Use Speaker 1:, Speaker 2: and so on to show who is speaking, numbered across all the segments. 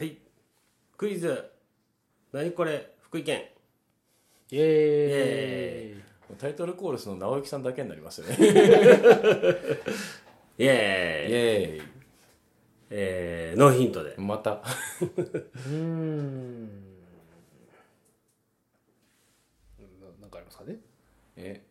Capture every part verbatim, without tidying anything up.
Speaker 1: はい、クイズ何これ福井県。
Speaker 2: イエーイ、イエ
Speaker 3: ーイ。タイトルコールスの直之さんだけになりますよね。
Speaker 1: イエーイ、イエ
Speaker 3: ーイ、
Speaker 1: えー、ノーヒントで
Speaker 3: また
Speaker 2: うーんな、なんかありますかね。
Speaker 3: え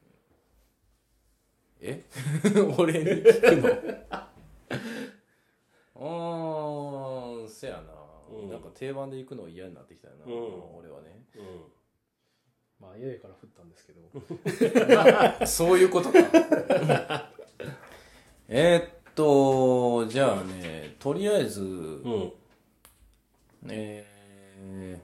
Speaker 3: え俺に聞くのあーせやな、うん、なんか定番で行くの嫌になってきたよな、うん、俺はね、うん、
Speaker 2: まあ家から振ったんですけど
Speaker 3: そういうことかえっとじゃあね、とりあえず、うん、えー、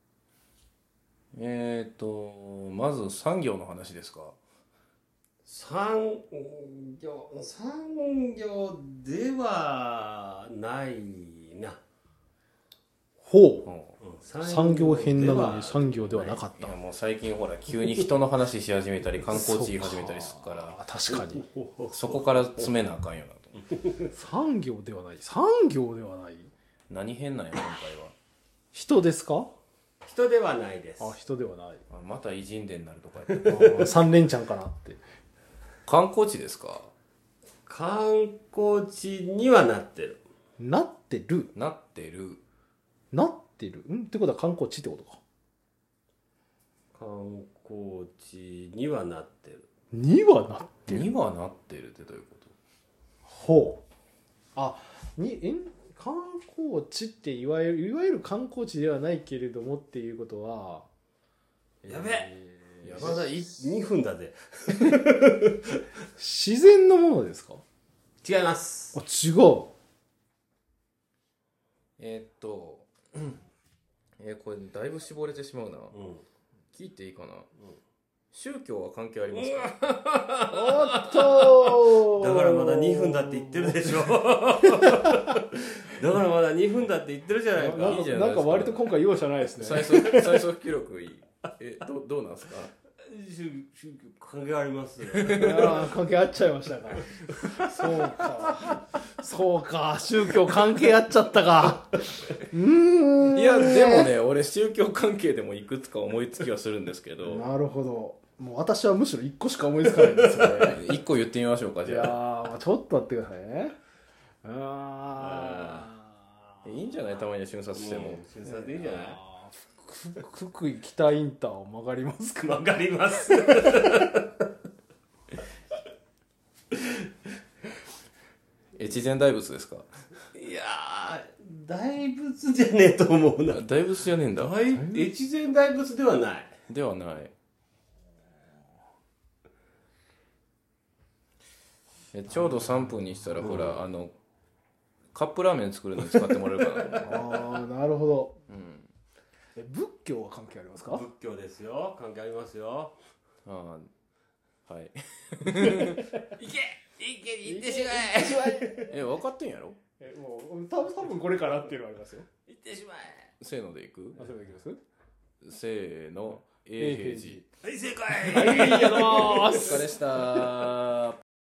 Speaker 3: えー、っとまず産業の話ですか。
Speaker 1: 産業産業ではないな。
Speaker 2: ほう、うん、産業編なのに産業ではなかった。
Speaker 3: いやもう最近ほら急に人の話し始めたり観光地始めたりするから
Speaker 2: 確かに
Speaker 3: そこから詰めなあかんよなと。
Speaker 2: 産業ではない、産業ではない、
Speaker 3: 何編なんや今回は。
Speaker 2: 人ですか。
Speaker 1: 人ではないです。
Speaker 2: あ、人ではない。
Speaker 3: あ、また偉人伝になるとか
Speaker 2: あ三連チャンかなって。
Speaker 3: 観光地ですか。
Speaker 1: 観光地にはなってる。
Speaker 2: なってる
Speaker 3: なってる
Speaker 2: なってるんってことは観光地ってことか。
Speaker 1: 観光地にはなってる。
Speaker 2: にはなってる
Speaker 3: にはなってるってどういうこと。
Speaker 2: ほう、あにえ観光地っていわゆるいわゆる観光地ではないけれどもっていうことは、
Speaker 1: やべえ、やばだ、にふんだぜ
Speaker 2: 自然のものですか。
Speaker 1: 違います。
Speaker 2: あ、違う。
Speaker 3: えー、っとえー、これだいぶ絞れてしまうな、うん、聞いていいかな、うん、宗教は関係ありますか。
Speaker 2: おっと
Speaker 1: だからまだにふんだって言ってるでしょだからまだにふんだって言ってるじゃないか。
Speaker 2: なんか、
Speaker 3: いいじゃないですか。
Speaker 2: なんか割と今回容赦ないですね。
Speaker 3: 最速最速記録いい。え、ど, どうなんですか。
Speaker 1: 宗教関係ありますよ。
Speaker 2: あ、関係あっちゃいましたか。そうかそうか、宗教関係あっちゃったか。うーん、
Speaker 3: いやでもね、俺宗教関係でもいくつか思いつきはするんですけど。
Speaker 2: なるほど。もう私はむしろいっこしか思いつかないんですよね。
Speaker 3: いっこ言ってみましょうか。じゃあ。
Speaker 2: いやー、ちょっと待ってくださいね。あ
Speaker 3: ー、いいんじゃない、たまには瞬殺しても。
Speaker 1: 瞬殺でいいんじゃない。
Speaker 2: 福井北インターを曲がりますか。
Speaker 1: 曲がります
Speaker 3: 越前大仏ですか。
Speaker 1: いやー、大仏じゃねえと思うな。
Speaker 3: 大仏じゃねえんだ。
Speaker 1: 越前大仏ではない。
Speaker 3: ではない。えちょうどさんぷんにしたら、うん、ほらあのカップラーメン作るのに使ってもらえるかな。
Speaker 2: ああ、なるほど、うん、え仏教は関係ありますか。
Speaker 1: 仏教ですよ、関係ありますよ。
Speaker 3: ああ、はい
Speaker 1: いけいけ行ってしまえ
Speaker 3: え、分かってんやろ。
Speaker 2: え、もう多分これかなっていうのがありますよ。
Speaker 1: 行ってしまえ。
Speaker 3: せーのでいく。
Speaker 2: あ、せーのでいきます。
Speaker 3: せーの、永平寺。
Speaker 1: はい、正解。
Speaker 2: はい、やろー。
Speaker 3: お疲れしたー。